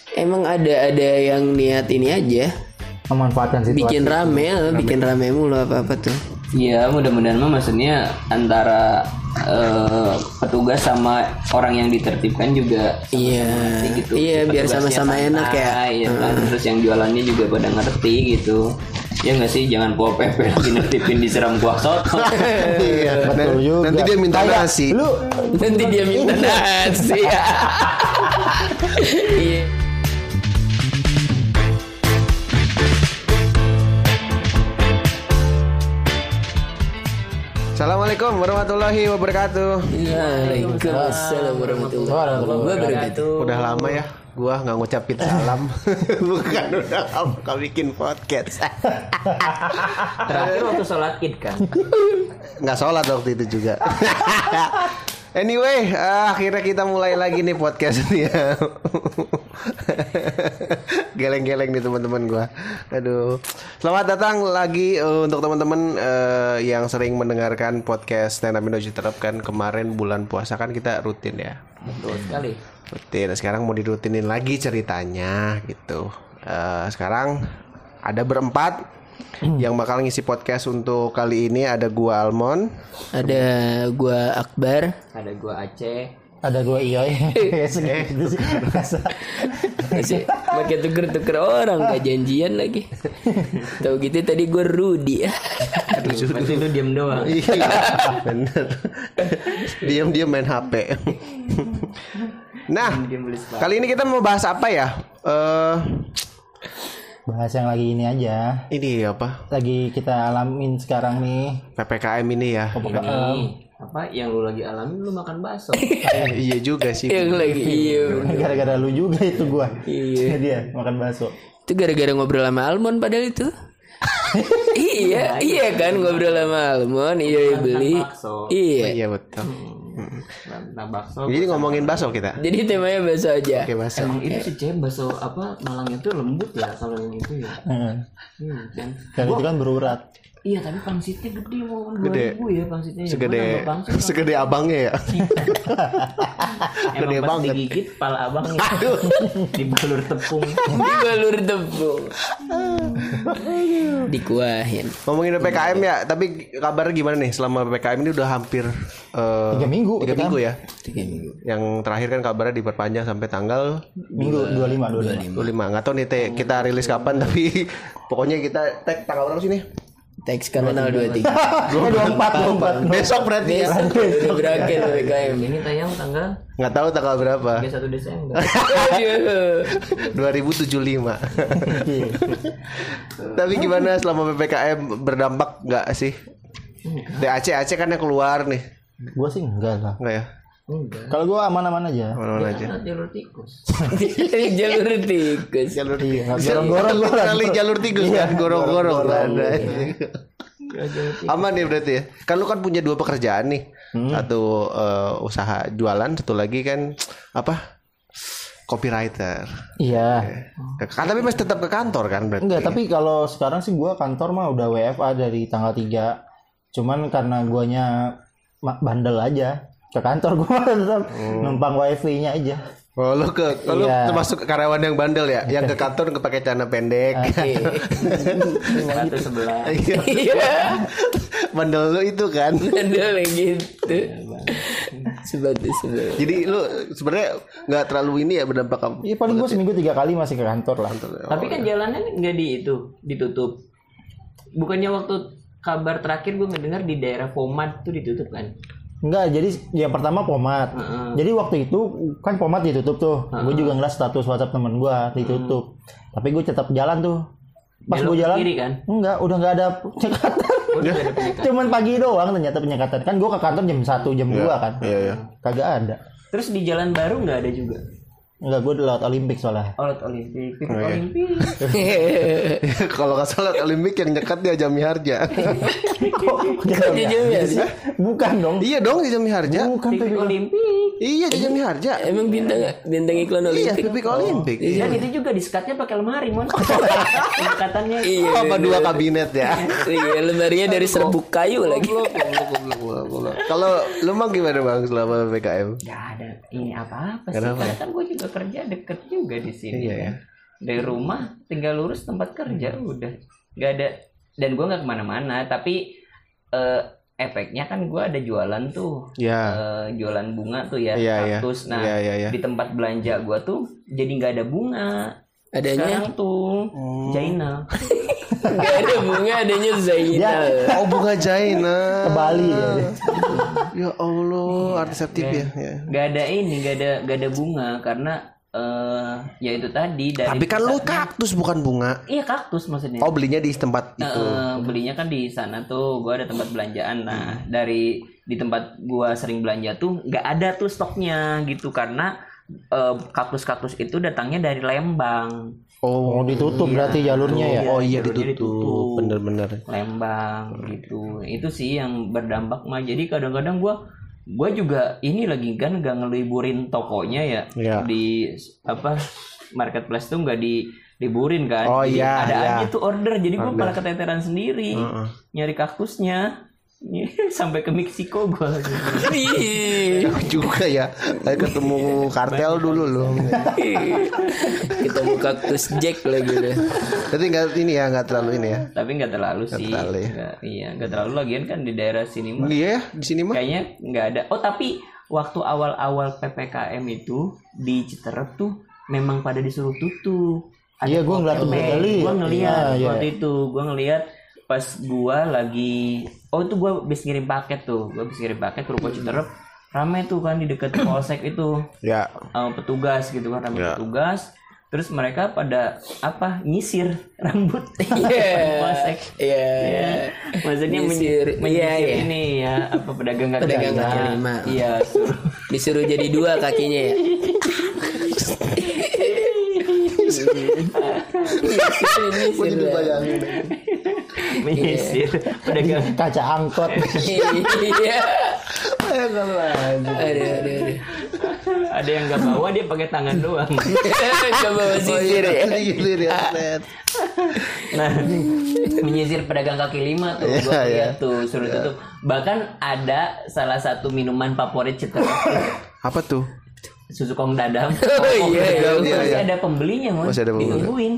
Emang ada yang niat ini aja, memanfaatkan situasi. bikin rame mulu apa tuh. Iya, mudah-mudahan mah maksudnya antara petugas sama orang yang ditertibkan juga Iya, gitu. iya biar Petugasnya sama-sama enak ya. Iya kan, terus yang jualannya juga pada ngerti gitu. Ya nggak sih, jangan Pol PP lagi nertipin disiram kuah soto. Iya, Betul juga. nanti dia minta nasi. Nanti dia minta nasi. Iya. Assalamualaikum warahmatullahi wabarakatuh. Waalaikumsalam warahmatullahi wabarakatuh. Udah lama ya gua nggak ngucapin salam. Bukan udah lama gak bikin podcast. Terakhir waktu sholat Id kan. Nggak sholat waktu itu juga. Anyway, akhirnya kita mulai lagi nih podcast nih ya. Geleng-geleng nih teman-teman gua. Aduh. Selamat datang lagi untuk teman-teman yang sering mendengarkan podcast Stand Up Indo Diterapkan. Kemarin bulan puasa kan kita rutin ya. Betul sekali. Rutin. Sekarang mau dirutinin lagi ceritanya gitu. Sekarang ada berempat yang bakal ngisi podcast untuk kali ini. Ada gua Almon, ada gua Akbar, Ada gua Aceh. Ada gue Iyoy. masih pakai tuker orang gak janjian lagi. Tahu gitu tadi gua Rudi. Berarti lu diem doang. Iya, bener. Diam-diam main HP. Nah, kali ini kita mau bahas apa ya? Bahas yang lagi ini aja. Ini apa? Lagi kita alamin sekarang nih. PPKM ini ya. Ini apa yang lu lagi alami, lu makan bakso. Iya juga sih. Yang lagi Gara-gara lu juga itu gua. Iya. Dia makan bakso. Itu gara-gara ngobrol sama Almon padahal itu. iya kan ngobrol sama Almon, iya beli. Bakso. Iya. Iya betul. Nah, bakso. Jadi ngomongin bakso kita. Jadi temanya bakso aja. Oke, bakso. Emang itu sih Cem, bakso apa Malang itu lembut ya kalau yang itu ya. Kan. Dan itu kan berurat. Iya, tapi pangsitnya gede, mau 2000 Gede. ya pangsitnya. Ya. Segede abangnya ya. Emang gede pas banget. digigit pala abangnya. Dibalur tepung. Dibalur tepung. Dikuahin. Ngomongin PPKM ya, tapi kabarnya gimana nih selama PPKM ini udah hampir 3 minggu. 3 minggu ya. 3 minggu. Yang terakhir kan kabarnya diperpanjang sampai tanggal Minggu 25. 25. Nggak tahu nih kita rilis kapan, tapi pokoknya kita tag tanggal berapa sih nih? Teks kan tanggal 23. 24. Besok berarti ya. Udah berakhir PPKM. Ini tayang tanggal Nggak tahu tanggal berapa. 31 Desember. 2075. Tapi gimana selama PPKM, berdampak nggak sih? Aceh kan yang keluar nih. Gua sih enggak lah. Enggak ya? Enggak. Kalau gua aman-aman aja. Mana-mana aja. Jalur tikus. Jalur tikus. Gorong-gorong Kali jalur tikus kan, gorong-gorong ada. Aman nih berarti ya. Kan lu kan punya 2 pekerjaan nih. Satu usaha jualan, satu lagi kan apa? Copywriter. Iya. Kan tapi masih tetap ke kantor kan berarti. Enggak, tapi kalau sekarang sih gua kantor mah udah WFA dari tanggal 3. Cuman karena guanya bandel aja. Ke kantor gua tetap numpang wifi-nya aja. Oh, lu termasuk karyawan yang bandel ya, yang ke kantor pakai celana pendek. Satu sebelah. Iya. Bandel lu itu kan. Bandel gitu. Sebatu. Jadi lu sebenarnya nggak terlalu ini ya berdampak kamu. Iya, paling gua seminggu 3 kali masih ke kantor lah. Tapi kan jalannya nggak ditutup. Bukannya waktu kabar terakhir gue ngedengar di daerah Pomad tuh ditutup kan? Enggak, jadi yang pertama Pomad. Jadi waktu itu kan Pomad ditutup tuh. Gue juga ngeliat status WhatsApp temen gue ditutup. Tapi gue tetap jalan tuh. Pas gue jalan, kiri kan? enggak, udah nggak ada penyekatan. Cuman pagi doang ternyata penyekatan. Kan gue ke kantor jam 1, jam 2 kan. Iya. Kagak ada. Terus di jalan baru nggak ada juga? Enggak, gue lewat Olimpik soalnya. Lewat Olimpik. Olimpik. Kalau nggak salah Olimpik yang dekat dia Jami Harja. Bukan dong. Iya dong di Jami Harja. Bukan Titik tuh. Olimpik. Iya, Jajan Miharja. Emang bintang iklan Iya, Olimpik. Pipik Olimpik. Dan itu juga disekatnya pakai lemari, Mon. Pendekatannya. Iya. Apa dua kabinet ya? Iya, lemarinya dari serbuk kayu lagi. Goblok. Kalau lu mah gimana Bang selama PPKM? Gak ada ini apa-apa sih. Kenapa? Karena kan gue juga kerja deket juga di sini. Iya, kan. ya. Dari rumah tinggal lurus tempat kerja udah. Gak ada. Dan gue nggak kemana-mana. Tapi efeknya kan gue ada jualan tuh. Ya. Jualan bunga tuh ya. Iya, kaktus. iya. Nah Iya, iya, iya. di tempat belanja gue tuh jadi nggak ada bunga. Adanya Sekarang tuh Jaina. nggak ada bunga, adanya Zainal. Oh, bunga Jaina. Ke Bali ya. Ya Allah, artis aktif ya. Gak ada ini, gak ada bunga karena ya itu tadi dari. Tapi kan lu kaktus bukan bunga. Iya kaktus maksudnya. Oh, belinya di tempat itu. Belinya kan di sana tuh, gua ada tempat belanjaan. Nah dari di tempat gua sering belanja tuh nggak ada tuh stoknya gitu karena kaktus-kaktus itu datangnya dari Lembang. Oh, ditutup berarti jalurnya ya. Oh iya, jalurnya ditutup. Bener-bener. Lembang gitu. Itu sih yang berdampak mah. Jadi kadang-kadang gua juga ini lagi kan nggak ngeliburin tokonya ya. Iya. Di apa marketplace tuh nggak diliburin kan. Oh, Jadi iya, ada iya. aja tuh order. Jadi gua malah keteteran sendiri nyari kaktusnya. Sampai ke Meksiko gua lagi. Jauh juga ya. Ketemu kartel dulu loh. Ketemu kaktus Jack lagi deh. Tapi nggak terlalu ini ya. Tapi nggak terlalu sih. terlalu ya. Nggak terlalu lagian kan di daerah sini mah. Iya ya, di sini mah. Kayaknya nggak ada. Oh tapi waktu awal-awal PPKM itu di Citerep tuh memang pada disuruh tutup. Iya, gue ngeliat tuh kali. Gue ngeliat Iya. waktu itu. Gue ngeliat pas gue lagi. Oh itu gue habis ngirim paket tuh. Gue habis ngirim paket ke Ruko Citerep. Rame tuh kan di dekat polsek itu. Ya. Petugas gitu kan. Rame Ya. petugas. Terus mereka pada apa nyisir rambut. Iya. Polsek. Iya. Ya, maksudnya Nyisir. menyisir Iya, iya. ini ya apa pedagang Pedagang kaki lima. Iya, suruh Disuruh jadi 2 kakinya ya. Gue jadi bayangin. menyisir pedagang. Kaca angkot. Iya. Bayangkan aja. Aduh. Ada yang nggak bawa dia pakai tangan doang. Gak bawa sisir ya. Gitu ya. Net. Nah, menyisir pedagang kaki lima tuh, Iya, gua iya. lihat tuh suruh tutup. Bahkan ada salah satu minuman favorit Citerep Apa tuh? susu kong dadam. Iya, Masih iya. ada pembelinya, Mon. Masih ada pembeli. Ditungguin.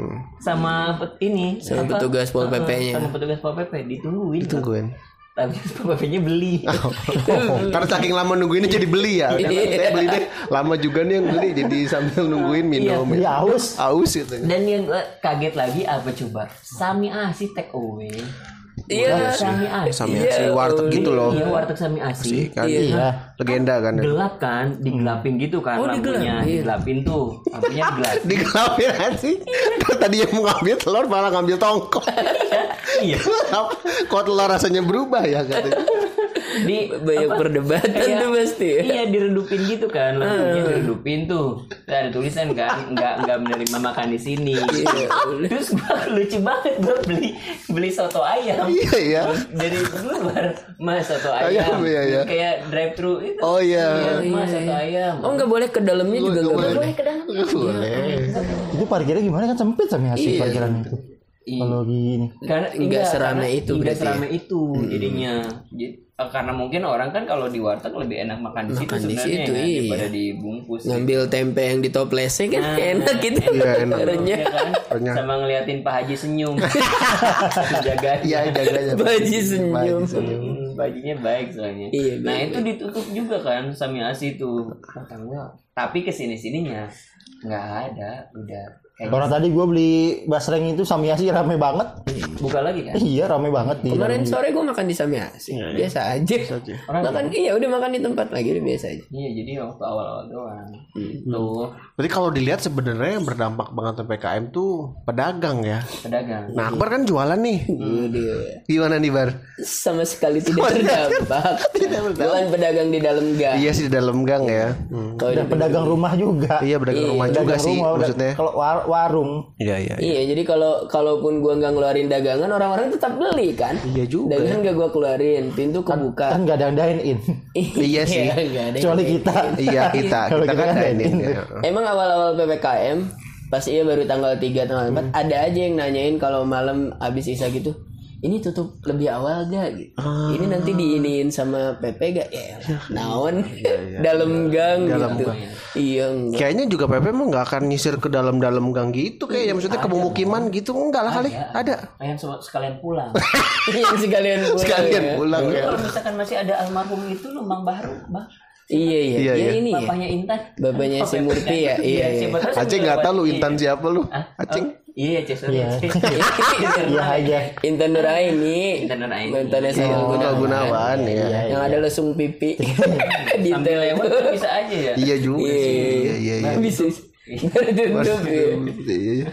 sama Sama petugas Pol PP-nya. Sama petugas Pol PP ditungguin. Tungguin. Tapi Pol PP-nya beli. Karena saking lama nungguinnya jadi beli ya. Saya beli deh. Lama juga nih yang beli jadi sambil nungguin minum. Iya, haus. Aus gitu. Dan yang gue kaget lagi apa coba? Sami Asi take away. Iya. Sami Asi. Sami Asi warteg gitu loh. Iya, warteg Sami Asi. Kan Iya. legenda kan. Gelap kan, digelapin gitu kan Oh, lampunya, digelapin tuh. Lampunya digelap. Digelapin aja. Tadi yang mau ngambil telur malah ngambil tongkol. Iya. Kok telur rasanya berubah ya katanya. Di Banyak perdebatan kayak- tuh pasti. Iya, diredupin gitu kan, lampunya diredupin tuh. Nah, ada tulisan kan, nggak menerima makan di sini. Terus gua lucu banget gua beli soto ayam. Iya ya. Dari luar, Mas soto Ayam, ayam. iya, iya. Kayak drive thru itu. Oh iya. Mas soto ayam. Oh nggak boleh ke dalamnya juga nggak boleh. Ke dalam. Nggak boleh. Itu parkirnya gimana kan sempit sama hasil parkiran itu. Kalau gini. Karena Nggak serame karena itu nggak berarti ya? serame itu jadinya. Karena mungkin orang kan kalau di warteg lebih enak makan di situ Makan di sebenarnya situ, ya, iya. daripada dibungkus. Ngambil tempe yang ditoplesnya kan enak gitu. Iya, enak. Renyah. Ya kan? Renyah. Sama ngeliatin Pak Haji senyum. Jaga. Iya jaganya. Baji senyum. Bajunya baik soalnya. Iya, Nah baik, itu ditutup juga kan Sami Asi tuh. Kata gua. Tapi kesini sininya nggak ada. Udah. Kayak Orang tadi gue beli basreng itu Samiasi rame banget. buka lagi kan? Iya, rame banget di Kemarin dalam. sore gue makan di Samiasi. Biasa aja. Orang Makan iya udah makan di tempat lagi udah biasa aja. Iya jadi waktu awal-awal doang. Tuh Berarti kalau dilihat sebenarnya yang berdampak banget PPKM tuh pedagang ya. pedagang. Nah, Akbar kan jualan nih. Udah. Gimana nih, Bar? Sama sekali tidak berdampak. Bukan pedagang di dalam gang. Iya sih di dalam gang ya. Kalau Dan pedagang rumah juga. Iya, pedagang rumah juga pedagang sih rumah, maksudnya. kalau warung. Iya iya. Iya, jadi kalaupun gua nggak ngeluarin dagangan, orang-orang tetap beli kan. Iya juga. Dagangan nggak gua keluarin, pintu kebuka. Kan nggak ada yang dine in. Iya sih. nggak ada. Kecuali kita. Iya kita Kalau kita kita kan kan dine-in, dine-in. ya. Emang awal-awal PPKM, pas iya baru tanggal 3, tanggal 4, ada aja yang nanyain kalau malam habis isa gitu. Ini tutup lebih awal gak gitu. Ini nanti diiniin sama PP gak ya? Naon dalam gang gitu. Iya enggak. Kayaknya juga PP mah nggak akan nyisir ke dalam-dalam gang gitu kayak maksudnya ke pemukiman gitu enggak lah kali. Ada. Yang sekalian pulang. Yang sekalian pulang. Sekalian ya. pulang ya. Kalau misalkan masih ada almarhum itu Lembang Baru, Bang. Iya. Iya, iya. Ini ya. Bapaknya Intan. Bapaknya si Murti ya. Iya. siapa tahu Acing nggak tahu lu Intan siapa lu. Hah? Acing. Iya, Cek. Iya. Iya aja. Intan Nuraini. Intan Nuraini. Mantannya saya Oh, Gunawan. Gunawan ya. Yang ada lesung pipi. Di Sambil lewat itu. kan bisa aja ya. Iya juga sih. Iya iya. Bisa. Tutup ya. Iya.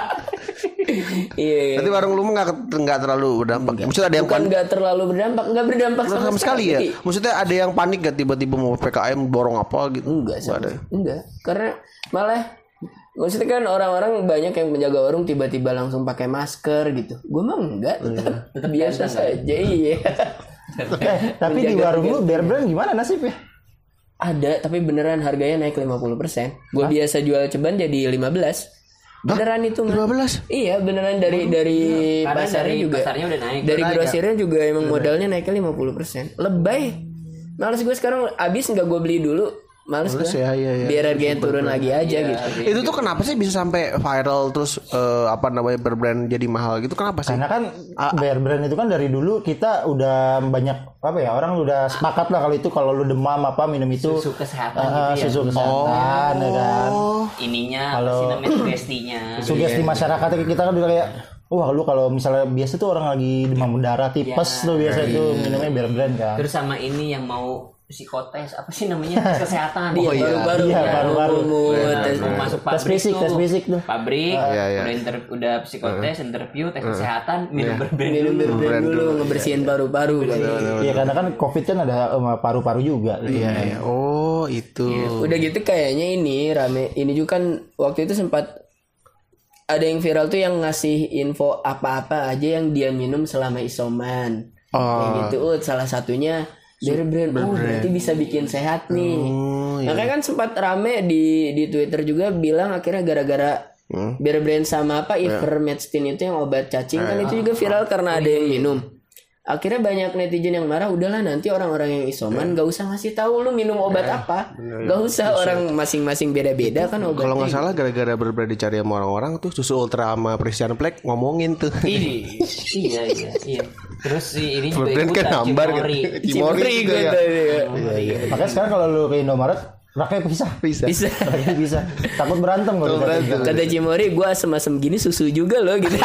Iya. Nanti warung lu mah nggak terlalu berdampak. Maksudnya ada yang Bukan panik nggak terlalu berdampak, nggak berdampak sama sekali ya. Maksudnya ada yang panik gak tiba-tiba mau PKM borong apa gitu? Enggak Nggak ada. Enggak. Karena malah maksudnya kan orang-orang banyak yang penjaga warung tiba-tiba langsung pakai masker gitu. Gue mah enggak, tetap biasa saja. Iya. Tapi di warung lu Bear Brand gimana nasibnya? Ada, tapi beneran harganya naik 50%. Gue biasa jual ceban jadi 15. Beneran itu mah. 15. Iya, beneran dari Karena pasarnya dari juga. pasarnya udah naik. Dari grosirnya juga emang modalnya naiknya 50%. Lebay. Males gue sekarang abis nggak gue beli dulu. Males gue. ya, iya. Biar harganya turun lagi aja gitu. Itu tuh kenapa sih bisa sampai viral terus apa namanya berbrand jadi mahal gitu? Kenapa sih? Karena kan Bear Brand itu kan dari dulu kita udah banyak apa ya, orang udah sepakat lah kalau itu kalau lu demam apa minum itu Susu kesehatan gitu ya. susu kesehatan ya kan. Ininya apa sih namanya sugestinya. Sugesti masyarakat kita kan udah kayak wah lu kalau misalnya biasa tuh orang lagi demam berdarah tipes tuh biasa itu minumnya Bear Brand kan. Terus sama ini yang mau psikotes apa sih namanya tes kesehatan. Baru-baru. Iya, baru-baru. Mau masuk Tes pabrik fisik tuh. Pabrik Iya. udah psikotes, interview, tes kesehatan, minum berbrand Minum dulu. berbrand dulu, ngebersihin paru-paru. Iya karena kan COVID kan ada paru-paru juga. Iya. Oh, itu. Udah gitu kayaknya ini rame. Ini juga kan waktu itu sempat ada yang viral tuh yang ngasih info apa-apa aja yang dia minum selama isoman. Kayak gitu. Salah satunya Bear Brand. Berarti bisa bikin sehat nih. Makanya kan sempat rame di Twitter juga bilang akhirnya gara-gara Bear Brand sama apa Ivermectin itu yang obat cacing kan itu juga viral karena ada yang minum. Akhirnya banyak netizen yang marah, udahlah nanti orang-orang yang isoman gak usah ngasih tahu lu minum obat apa. Gak usah, orang masing-masing beda-beda kan obatnya. Kalau nggak salah gara-gara berbrand dicari sama orang-orang tuh susu ultra sama Frisian Black ngomongin tuh. Ini. Iya. Terus si ini juga Berbrand kan ikutan hambar gitu. Cimory. Cimory juga ya. Makanya sekarang kalau lu ke Indomaret rakyat pisah. Bisa. Rakyat bisa. Takut berantem kalau kita. Kata Cimory, gue asem-asem gini susu juga loh gitu.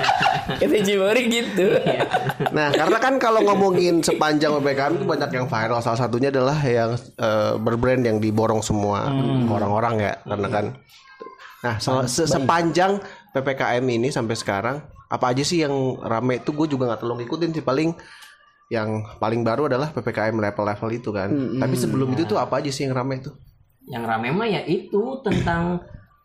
Kata Cimory gitu. Nah, karena kan kalau ngomongin sepanjang PPKM itu banyak yang viral. Salah satunya adalah yang berbrand yang diborong semua orang-orang ya. Karena kan, nah sepanjang PPKM ini sampai sekarang, apa aja sih yang rame itu gue juga nggak terlalu ngikutin sih. Paling yang paling baru adalah PPKM level-level itu kan. Tapi sebelum itu tuh apa aja sih yang rame itu? Yang rame mah ya itu tentang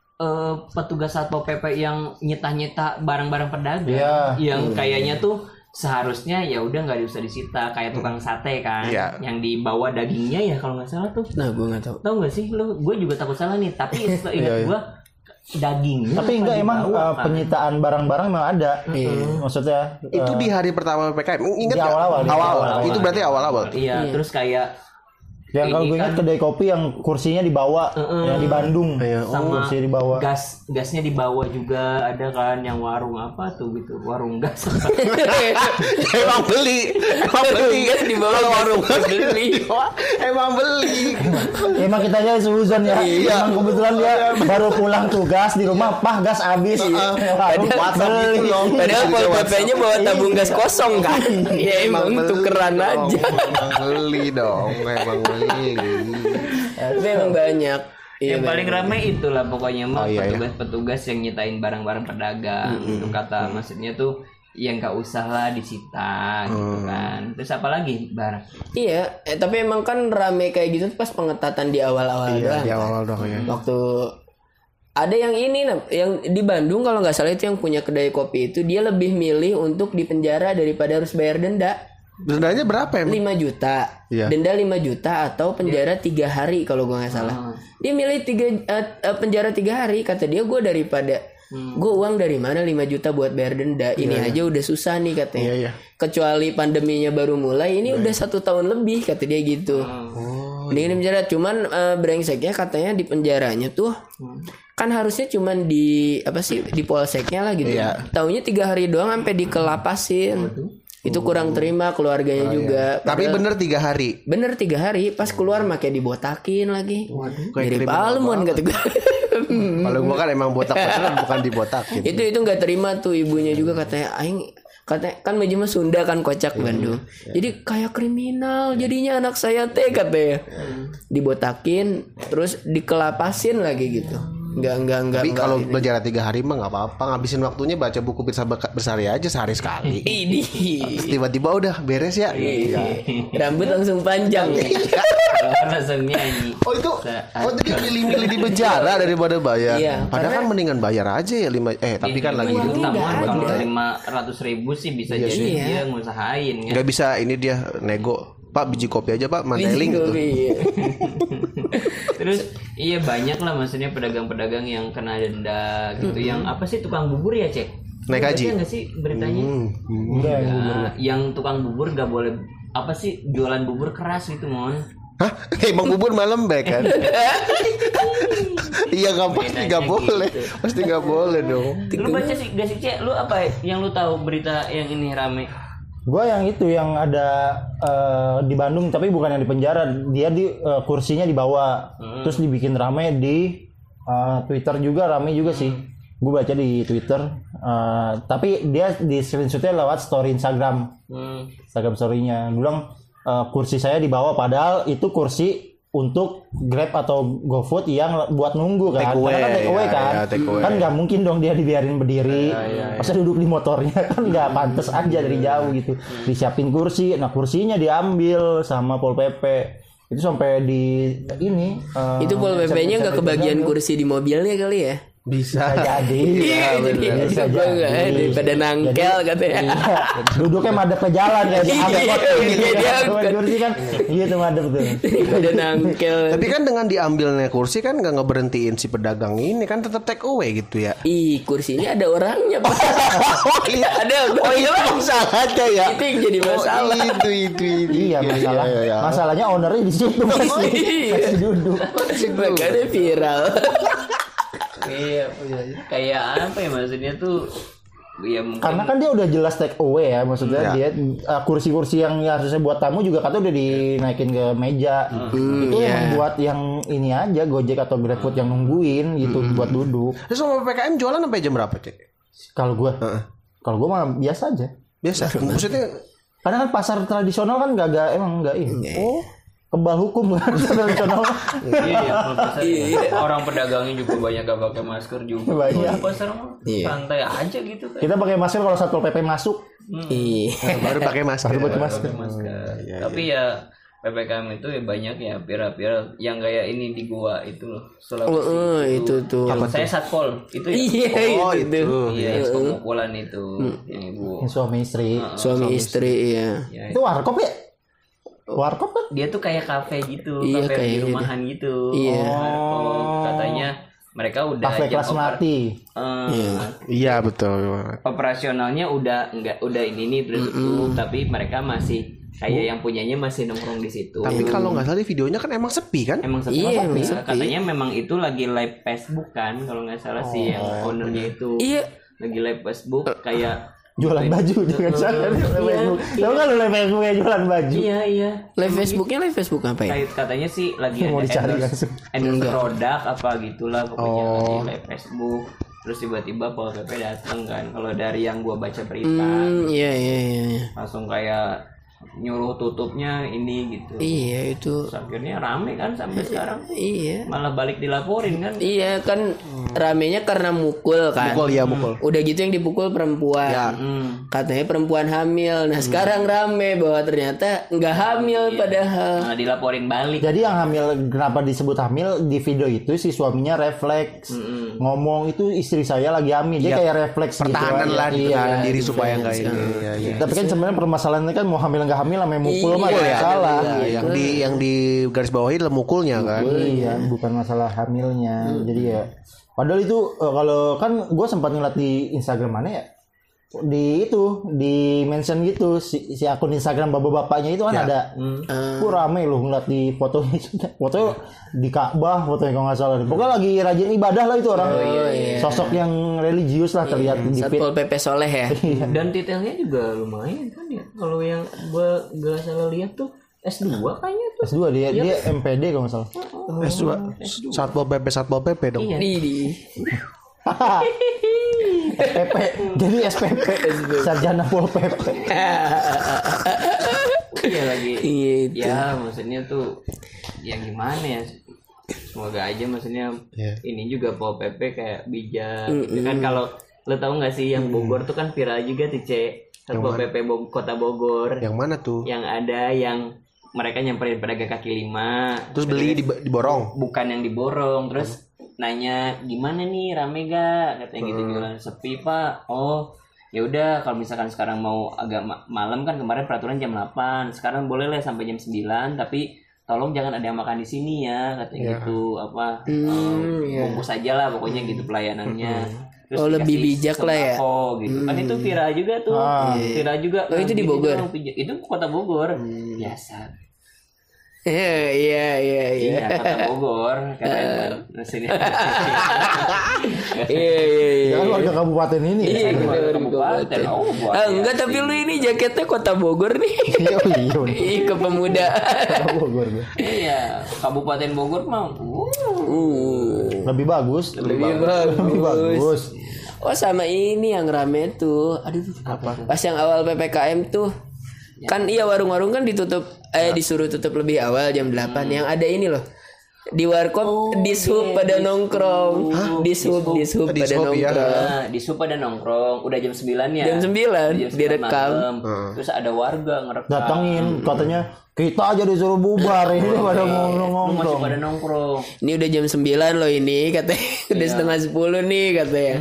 petugas Satpol PP yang nyita-nyita barang-barang pedagang. Iya. Yang kayaknya tuh seharusnya ya udah nggak usah disita kayak tukang sate kan. Iya. Yang dibawa dagingnya ya kalau nggak salah tuh. Nah, gue nggak tahu. Tahu nggak sih lo? Gue juga takut salah nih. Tapi seingat gue dagingnya. Tapi enggak emang dibawa, kan? penyitaan barang-barang memang ada. Maksudnya Itu di hari pertama PPKM. Ingat Di nggak? awal-awal, di Awal-awal. Itu berarti awal-awal. Iya. Terus kayak yang kalau gue ingat kedai kopi yang kursinya dibawa yang di Bandung. sama Kursi dibawa. gasnya dibawa juga ada kan yang warung apa tuh gitu warung gas. Emang beli. Gas di bawah Kalau warung gas beli. emang beli. Emang kita aja suzon ya. Emang kebetulan dia baru pulang tugas di rumah, gas habis. WhatsApp gitu loh. Padahal Pol PP-nya bawa tabung gas kosong kan. Ya emang tukeran aja. Emang beli dong. Emang beli. Tapi emang banyak. Yang paling ramai itulah pokoknya mah iya. petugas-petugas yang nyitain barang-barang pedagang. Itu kata maksudnya tuh yang nggak usah lah disita gitu kan. Terus apa lagi barang? Iya, tapi emang kan rame kayak gitu pas pengetatan di awal-awal doang. Di awal-awal dong ya. Waktu Ada yang ini yang di Bandung kalau nggak salah itu yang punya kedai kopi itu dia lebih milih untuk dipenjara daripada harus bayar denda. Dendanya berapa emang? 5 juta. Iya. Denda 5 juta atau penjara 3 hari kalau gua nggak salah. Dia milih penjara 3 hari, kata dia gue daripada gue uang dari mana 5 juta buat bayar denda. Ini aja udah susah nih katanya. Iya. Kecuali pandeminya baru mulai, ini udah 1 tahun lebih kata dia gitu. Mending di penjara, cuman brengseknya katanya di penjaranya tuh kan harusnya cuman di apa sih di polseknya lah gitu. Iya. Taunya 3 hari doang sampai dikelapasin. Itu kurang terima keluarganya juga. Tapi bener 3 hari. Bener 3 hari. Pas keluar makai dibotakin lagi. Dari Palmon kata gue. Kalau gua kan emang botak beneran bukan dibotakin. Itu nggak terima tuh ibunya juga katanya. Aing katanya kan meja mah Sunda kan kocak Bandung. Jadi kayak kriminal jadinya anak saya teh katanya. Dibotakin terus dikelapasin lagi gitu. Enggak. Tapi kalau belajar 3 hari mah nggak apa-apa, ngabisin waktunya baca buku Pirsa Bersari aja sehari sekali. Ini Tiba-tiba udah beres ya. Iya. rambut langsung panjang. Langsung nyanyi. Oh itu, jadi milih-milih di penjara daripada bayar. Iya, Padahal kan mendingan bayar aja ya 5 tapi kan lagi itu nggak kalau ada. 500.000 sih bisa jadi dia ngusahain kan. nggak bisa ini dia nego. Pak biji kopi aja Pak Mandailing gitu. Terus iya banyak lah maksudnya pedagang-pedagang yang kena denda gitu. Yang apa sih tukang bubur ya Cek? Naik haji. Baca nggak sih beritanya? Enggak yang bubur. Yang tukang bubur nggak boleh apa sih jualan bubur keras gitu mon. Hah? Emang bubur malam lembek kan? Iya nggak boleh, pasti nggak boleh dong. Lu baca sih gak sih Cek? Lu apa yang lu tahu berita yang ini rame? Gue yang itu yang ada di Bandung tapi bukan yang di penjara, dia di kursinya dibawa, terus dibikin rame di Twitter juga rame juga sih. Gue baca di Twitter, tapi dia di screenshotnya lewat story Instagram, Instagram storynya. Gue bilang kursi saya dibawa padahal itu kursi untuk Grab atau GoFood yang buat nunggu kan, karena kan take away kan, kan nggak mungkin dong dia dibiarin berdiri, masa duduk di motornya kan nggak pantas aja dari jauh gitu, disiapin kursi, nah kursinya diambil sama Pol PP, itu sampai di ini. Itu Pol PP-nya nggak kebagian kursi di mobilnya kali ya? Bisa jadi. Iya, bisa jadi. Daripada nangkel katanya. Iya, duduknya madep ke jalan kayak di angkot. Iya, kursi kan gitu madep tuh. Daripada nangkel. Tapi kan dengan diambilnya kursi kan nggak ngeberhentiin si pedagang ini kan tetap take away gitu ya. Ih, kursinya ada orangnya Pak. Oh iya Ada. Oh itu masalahnya ya. Itu yang jadi masalah. Oh, itu. Iya masalah. Iya. Masalahnya ownernya di situ masih duduk. Makanya viral. Iya, kayak apa ya maksudnya tuh? Ya mungkin Karena kan dia udah jelas take away ya, maksudnya dia kursi-kursi yang harusnya buat tamu juga katanya udah dinaikin ke meja. Itu emang buat yang ini aja Gojek atau GrabFood yang nungguin gitu buat duduk. Terus sama PPKM jualan sampai jam berapa Cek? Kalau gue mah biasa aja. Biasa. Maksudnya Karena kan pasar tradisional kan emang enggak ini. Oh, kebal hukum kan tradisional. iya, orang pedagangnya juga banyak gak pakai masker juga. Banyak. Pasar mah santai aja gitu kan. Kita pakai masker kalau Satpol PP masuk. Iya. baru pakai masker. Pakai masker. Tapi ya PPKM itu ya banyak ya viral-viral yang kayak ini di gua itu loh. Sulawesi itu tuh. Saya satpol itu ya. Iya, itu. Iya, pemukulan itu. Ini Bu. Suami istri. Suami istri iya. Itu warkop ya? Warkop kan? Dia tuh kayak kafe gitu, Iya, kafe kayak di rumahan gitu. Iya. Katanya mereka udah Kafe kelas melati. Iya betul. Operasionalnya udah ini nih terus tapi mereka masih kayak yang punyanya masih nongkrong di situ. Tapi kalau nggak salah di videonya kan emang sepi kan? Emang sepi. Iya, emang Ya, sepi. katanya memang itu lagi live Facebook kan kalau nggak salah sih yang ownernya itu. Iya. Lagi live Facebook kayak Jualan baju jangan salah. Tahu kan lu live Facebook kayak jualan baju. Iya. Live Facebook apa ya? Katanya sih lagi Mau ada dicari endorse Enggak. produk apa gitulah pokoknya lagi live Facebook. Terus tiba-tiba Pol PP datang kan. Kalau dari yang gua baca berita Iya. langsung kayak nyuruh tutupnya ini gitu. Iya itu. Terus akhirnya rame kan sampai sekarang. Iya. Malah balik dilaporin kan. Iya kan ramenya karena mukul kan. Mukul. Udah gitu yang dipukul perempuan. Ya. Katanya perempuan hamil. Nah sekarang rame bahwa ternyata nggak hamil padahal. Nah, dilaporin balik. Jadi yang hamil, kenapa disebut hamil di video itu si suaminya refleks ngomong itu istri saya lagi hamil. Dia kayak refleks Pertahanan gitu. lah, pertahanan diri defense. supaya nggak ini. Iya. Tapi kan sebenarnya permasalahannya kan mau hamil nggak hamil namanya mukul mah nggak salah. Yang di garis bawahi adalah mukulnya kan. Iya, bukan masalah hamilnya. Jadi ya, padahal itu kalau kan gue sempat ngeliat di Instagram mana ya, di mention gitu si akun Instagram bapak-bapaknya itu kan ada. Gue rame loh ngeliat di fotonya di Ka'bah fotonya kalau nggak salah. Pokoknya lagi rajin ibadah lah itu orang. Sosok yang religius lah terlihat di feed. Satpol PP Soleh ya. Dan detailnya juga lumayan kan ya. Kalau yang gua gak salah lihat tuh S2 kayaknya tuh. S2 dia MPD kalau nggak salah. S2. Satpol PP dong. Di. SPP jadi SPP Sarjana Pol PP. Iya lagi. Gitu. Ya maksudnya tuh yang gimana ya, semoga aja maksudnya ini juga Pol PP kayak bijak gitu kan. Kalau lo tahu nggak sih yang Bogor tuh kan viral juga tuh Satpol PP Kota Bogor. Yang mana tuh? Yang ada yang mereka nyamperin pedagang kaki lima Terus beli diborong. Bukan yang diborong, terus nanya gimana nih, rame gak, katanya gitu. Bilang sepi pak. Oh ya udah, kalau misalkan sekarang mau agak malam kan, kemarin peraturan jam 8, sekarang boleh lah sampai jam 9, tapi tolong jangan ada yang makan di sini ya, katanya gitu. Apa bungkus aja lah pokoknya gitu pelayanannya. Terus lebih bijak lah ya. Gitu. Kan itu viral juga tuh. Viral juga. Oh, itu di Bogor. Itu Kota Bogor. Biasa. Iya. Kota Bogor. Iya. Jangan warga kabupaten ini. Iya, kabupaten. Enggak, tapi lu ini jaketnya Kota Bogor nih. Iya, kepemudaan. Bogor. Iya, Kabupaten Bogor mah. Lebih bagus. Lebih bagus. Oh, sama ini yang rame tuh. Aduh, apa? Pas yang awal PPKM tuh. Kan iya warung-warung kan ditutup disuruh tutup lebih awal jam 8. Yang ada ini loh. Di warkop dishub pada nongkrong. Dishub pada nongkrong. Dishub pada nongkrong. Udah jam 9 ya. Jam 9 direkam. Terus ada warga ngerekam. Datangin katanya kita aja disuruh bubar ini pada ngomong-ngomong. Masih pada nongkrong. Ini udah jam 9 loh ini katanya. Udah setengah 10 nih katanya.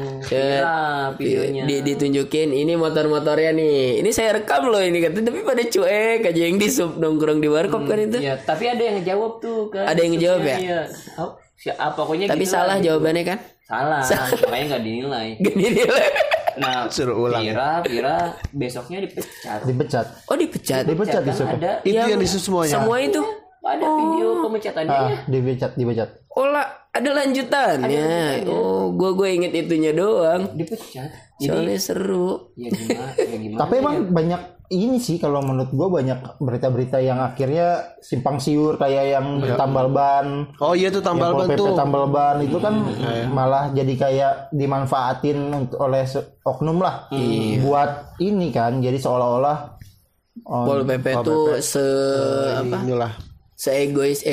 Videonya. Ditunjukin ini motor-motornya nih. Ini saya rekam loh ini katanya, tapi pada cuek aja yang di sub nongkrong di warkop kan itu. Iya, tapi ada yang ngejawab tuh kan. Ada yang ngejawab ya? Iya. Pokoknya tapi gitu salah lah, jawabannya kan? Salah. Makanya enggak dinilai. Gak dinilai. Nah, suruh ulang. Vira besoknya dipecat. Oh, dipecat disuruh. Ada. Itu yang disuruh semuanya. Semua itu. Ada video pemecatannya. Dipecat. Oh lah, ada lanjutannya. Oh, gue inget itunya doang. Dipecat. Soalnya seru. Ya gimana? Tapi emang banyak ini sih kalau menurut gue, banyak berita-berita yang akhirnya simpang siur kayak yang tambal ban. Oh iya tuh tambal ban tuh. Tambal ban itu kan malah jadi kayak dimanfaatin oleh oknum lah. Buat ini kan, jadi seolah-olah Pol PP tuh inilah. Seegois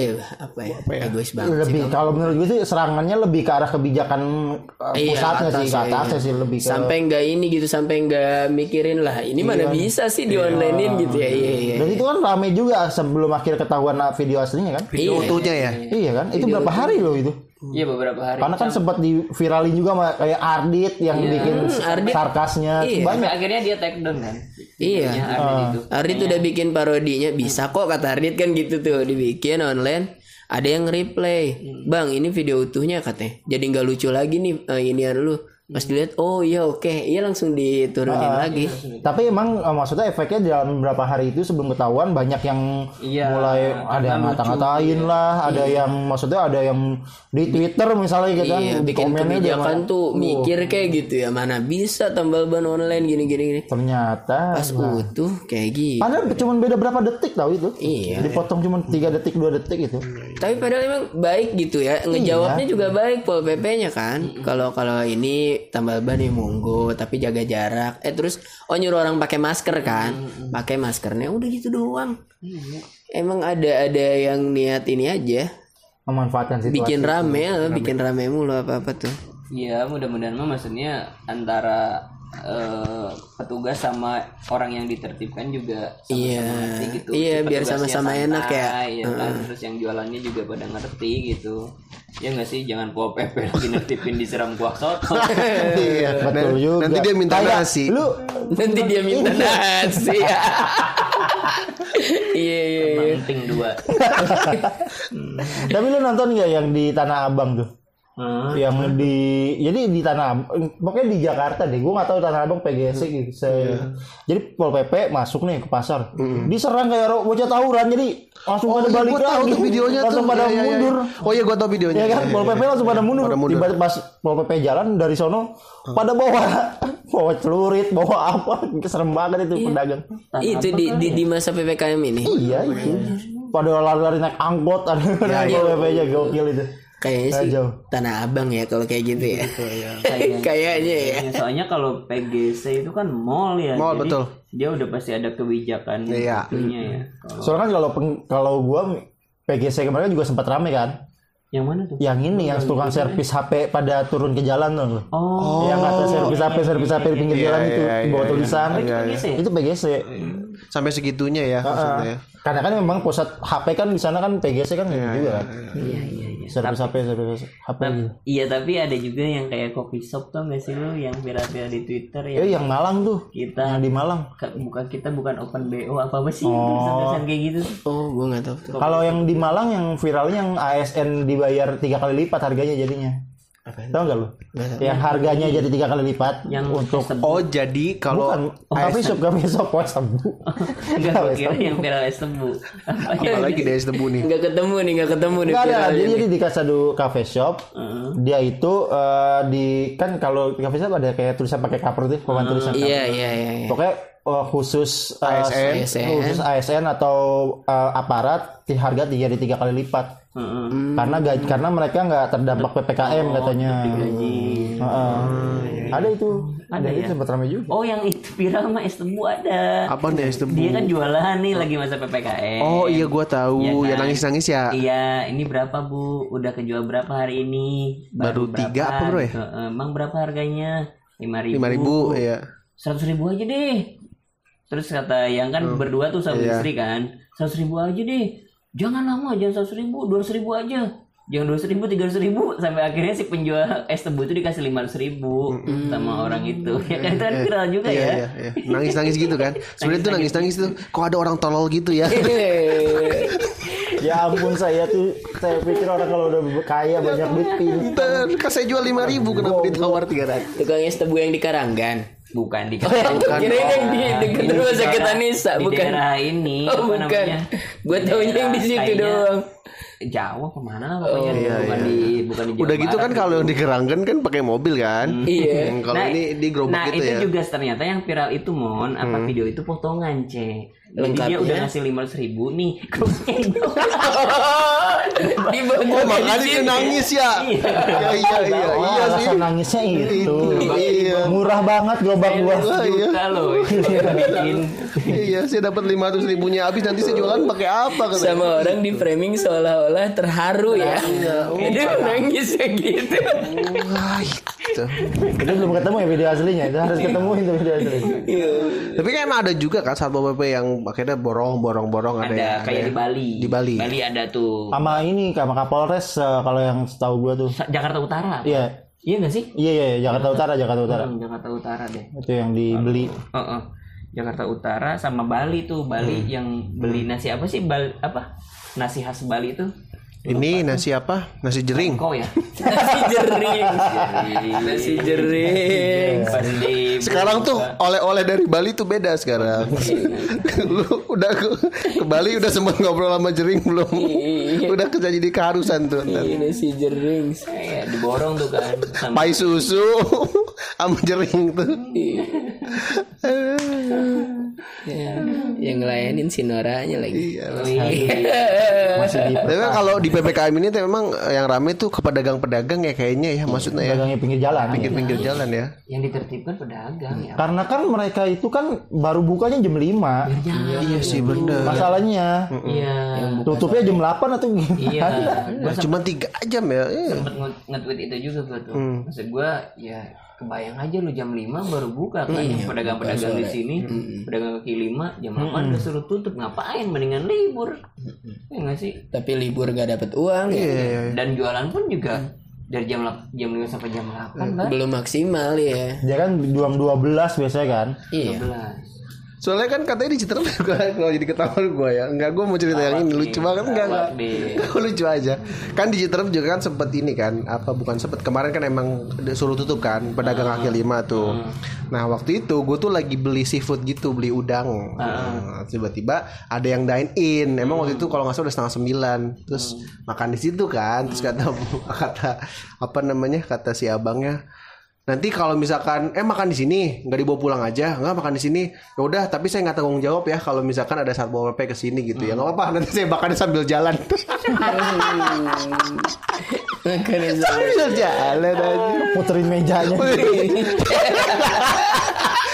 egois banget lebih sih, kalau menurut gue sih serangannya lebih ke arah kebijakan pusatnya sih, ke atasnya sih lebih ke sampai nggak ini gitu, sampai nggak mikirin lah ini mana bisa sih di onlinein gitu ya. Iya. Dan itu kan rame juga sebelum akhir ketahuan video aslinya kan, video utuhnya ya. Iya kan, itu berapa hari loh itu. Iya, beberapa hari. Karena kan sempat diviralin juga sama kayak Ardit yang bikin sarkasnya. Banyak. Akhirnya dia take down kan. Iya. Ardit udah bikin parodinya, bisa kok kata Ardit kan gitu tuh, dibikin online. Ada yang reply, bang ini video utuhnya katanya, jadi nggak lucu lagi nih inian lu. Pas dilihat, oh iya oke, iya langsung diturunin lagi. Tapi emang maksudnya efeknya dalam beberapa hari itu sebelum ketahuan banyak yang mulai ada yang ngata-ngatain lah, ada yang maksudnya ada yang di Twitter misalnya gitu kan, bikin kebijakan tuh mikir kayak gitu ya, mana bisa tambal ban online gini. Ternyata pas utuh kayak gitu. Padahal cuma beda berapa detik tahu itu. Iya. Dipotong cuma 3 detik 2 detik itu. Tapi padahal emang baik gitu ya, ngejawabnya juga baik Pol PP-nya kan. Kalau ini tambal ban ya monggo, tapi jaga jarak. Terus nyuruh orang pakai masker kan, pakai maskernya udah gitu doang. Emang ada yang niat ini aja, memanfaatkan situasi. Bikin rame mulu apa tuh. Iya, mudah-mudahan mah maksudnya antara petugas sama orang yang ditertibkan juga sama-sama ngerti gitu. Iya, biar Petugasnya sama-sama santai, enak ya. Kan? Terus yang jualannya juga pada ngerti gitu. Ya nggak sih, jangan Pol PP lagi nertibin disiram kuah soto. Iya, Betul juga. nanti dia minta Kayak nasi. Nanti dia minta nasi. Iya. Penting 2. Tapi lu nonton nggak yang di Tanah Abang tuh? Yang jadi di Tanah Abang, pokoknya di Jakarta deh. Gue nggak tahu Tanah Abang PGC gitu. Jadi Pol PP masuk nih ke pasar, diserang kayak bocah tawuran. Jadi langsung pada balik gua tahu lagi. tuh videonya langsung tuh. pada mundur. Oh iya, gua tahu videonya. Ya kan, Pol PP langsung pada mundur. Tiba-tiba pas Pol PP jalan dari sono, pada bawa celurit, bawa apa? Serem banget itu pedagang. Itu di masa PPKM ini. Iya itu. Pada lari-lari naik angkot, ada Pol PP-nya gokil itu. Kayaknya sih Tanah Abang ya kalau kayak gitu ya. Kayaknya ya. Soalnya kalau PGC itu kan mall ya. Mall, jadi betul. Dia udah pasti ada kebijakan Iya. itunya ya. Soalnya kan kalau gua PGC kemarin juga sempat rame kan. Yang mana tuh? Yang ini yang tukang servis HP pada turun ke jalan tuh. Oh. Yang kata servis HP di pinggir jalan itu bawa tulisan. PGC. Itu PGC. Sampai segitunya ya maksudnya ya. Karena kan memang pusat HP kan di sana kan PGC kan gitu juga kan. Iya. Servis HP gitu. Iya, tapi ada juga yang kayak coffee shop tuh nggak sih lu yang viral-viral di Twitter ya. Yang Malang tuh. Kita Yang di Malang. bukan open BO apa sih tulisan kayak gitu. Oh, gue nggak tahu. Kalau yang di Malang yang viralnya yang ASN dibayar 3 kali lipat harganya jadinya. Tahu nggak lu? Yang harganya jadi 3 kali lipat Yang untuk Oh, jadi kalau bukan coffee shop es tebu. Enggak, gue kira yang viral es tebu. apalagi dari tebu nih. Nggak ketemu nih Nggak ada. viralnya Jadi nih. di Kasado Cafe Shop dia itu di kan kalau di cafe shop ada kayak tulisan pakai cover tuh, papan tulisan. Iya. Pokoknya khusus ASN. ASN atau aparat di harga jadi 3 kali lipat. Karena mereka nggak terdampak PPKM katanya. Ada itu. Ada Dan ya? itu sempat ramai juga. Oh, yang itu viral mah es tebu ada. Apa nih es tebu? Dia kan jualan nih lagi masa PPKM. Oh iya, gua tahu. Iya kan? Ya nangis-nangis ya. Iya, ini berapa Bu? Udah kejual berapa hari ini? Baru 3 apa, Bro ya? Emang berapa harganya? 5.000. 5.000 ya. 100.000 aja deh. Terus kata yang kan berdua tuh sama istri kan, 100.000 aja deh. Jangan lama, jangan 100.000, 200.000 aja. Jangan 200.000, 300.000, sampai akhirnya si penjual es tebu itu dikasih 500.000 sama orang itu. Ya kan itu kan viral juga ya. Iya. Nangis-nangis gitu kan. Sebenarnya tuh nangis-nangis tuh. Kok ada orang tolol gitu ya? Ya ampun, saya pikir orang kalau udah kaya banyak duit pintar. Kan saya jual 5.000, kenapa ditawar 300? Tukang es tebu yang di Karanggan. Bukan di Kira yang di dekat rumah sakit Anissa, di bukan. daerah ini Oh, apa bukan. namanya? Gue taunya yang di situ Kayaknya doang. Jawa kemana lah pokoknya bukan di Jawa Udah gitu kan Barat. kalau yang di Keranggan kan pakai mobil kan. Iya. Kalau ini di gerobak nah gitu itu ya. juga ternyata yang viral itu apa video itu potongan jadi dia udah ngasih 500.000 nih. Di bawah Makanya dia nangis ya. Iya sih. Alasan nangisnya itu. Iya. Murah banget gerobak gua. Iya. Kalau bikin Iya, saya dapat 500.000-nya habis, nanti saya jualan pakai apa katanya. sama orang di framing seolah-olah terharu ya. Dia nangis kayak gitu. Wah, itu. Itu belum ketemu ya video aslinya. Itu harus ketemu itu video aslinya. Tapi kan ada juga kan Satpol PP yang akhirnya borong ada ada ya. kayak di Bali. Di Bali. Bali ada tuh. Sama ini sama Kapolres kalau yang setahu gua tuh. Jakarta Utara. Iya. Iya nggak sih? Iya Jakarta Utara. Jakarta Utara deh. Itu yang dibeli. Jakarta Utara sama Bali tuh. Bali yang beli nasi apa sih? Apa? Nasi khas Bali itu. Ini nasi apa? Nasi jering. Kok ya? Nasi jering. Sekarang tuh oleh-oleh dari Bali tuh beda sekarang. Lu udah ke Bali udah sempat ngobrol sama jering belum? Udah jadi keharusan tuh. Nasi jering. Diborong tuh kan. Pai susu, Sama jering tuh. Ya, yang ngelayanin si Noranya lagi. Iya. Masih di Tapi kan kalau di PPKM ini tuh memang yang rame tuh ke pedagang-pedagang ya kayaknya ya, maksudnya ya. pedagangnya pinggir jalan. Pinggir-pinggir jalan ya. Yang ditertibkan pedagang ya. Karena kan mereka itu kan baru bukanya jam 5. Iya sih bener. Masalahnya Iya. tutupnya jam 8 atau gimana? Iya. Nah, cuma 3 jam ya. Sempet nge-tweet itu juga gue tuh. Maksud gue ya kebayang aja lu jam 5 baru buka kan yang pedagang-pedagang di sini, pedagang kaki 5 jam 8 udah suruh tutup, ngapain, mendingan libur. Ya enggak sih? Tapi libur gak dapet uang ya. Dan jualan pun juga dari jam 5 sampai jam 8 kan. Belum maksimal ya. Dia kan jam 12 biasanya kan. Iya. 12. Soalnya kan katanya di Citerep juga kalau jadi ketahuan gue ya. Enggak, gue mau cerita yang ini lucu banget enggak. Lucu aja. Kan di Citerep juga kan sempet ini kan, apa bukan sempet, kemarin kan emang suruh tutup kan pedagang kaki 5 tuh. Nah, waktu itu gue tuh lagi beli seafood gitu, beli udang. Nah, tiba-tiba ada yang dine in. Emang waktu itu kalau nggak salah udah 8:30. Terus makan di situ kan. Terus kata apa namanya? Kata si abangnya, nanti kalau misalkan makan di sini nggak dibawa pulang aja, nggak makan di sini, ya udah, tapi saya nggak tanggung jawab ya kalau misalkan ada satpol pp ke sini gitu ya, nggak apa-apa, nanti saya makan sambil jalan. Sambil jalan aja. Puterin mejanya.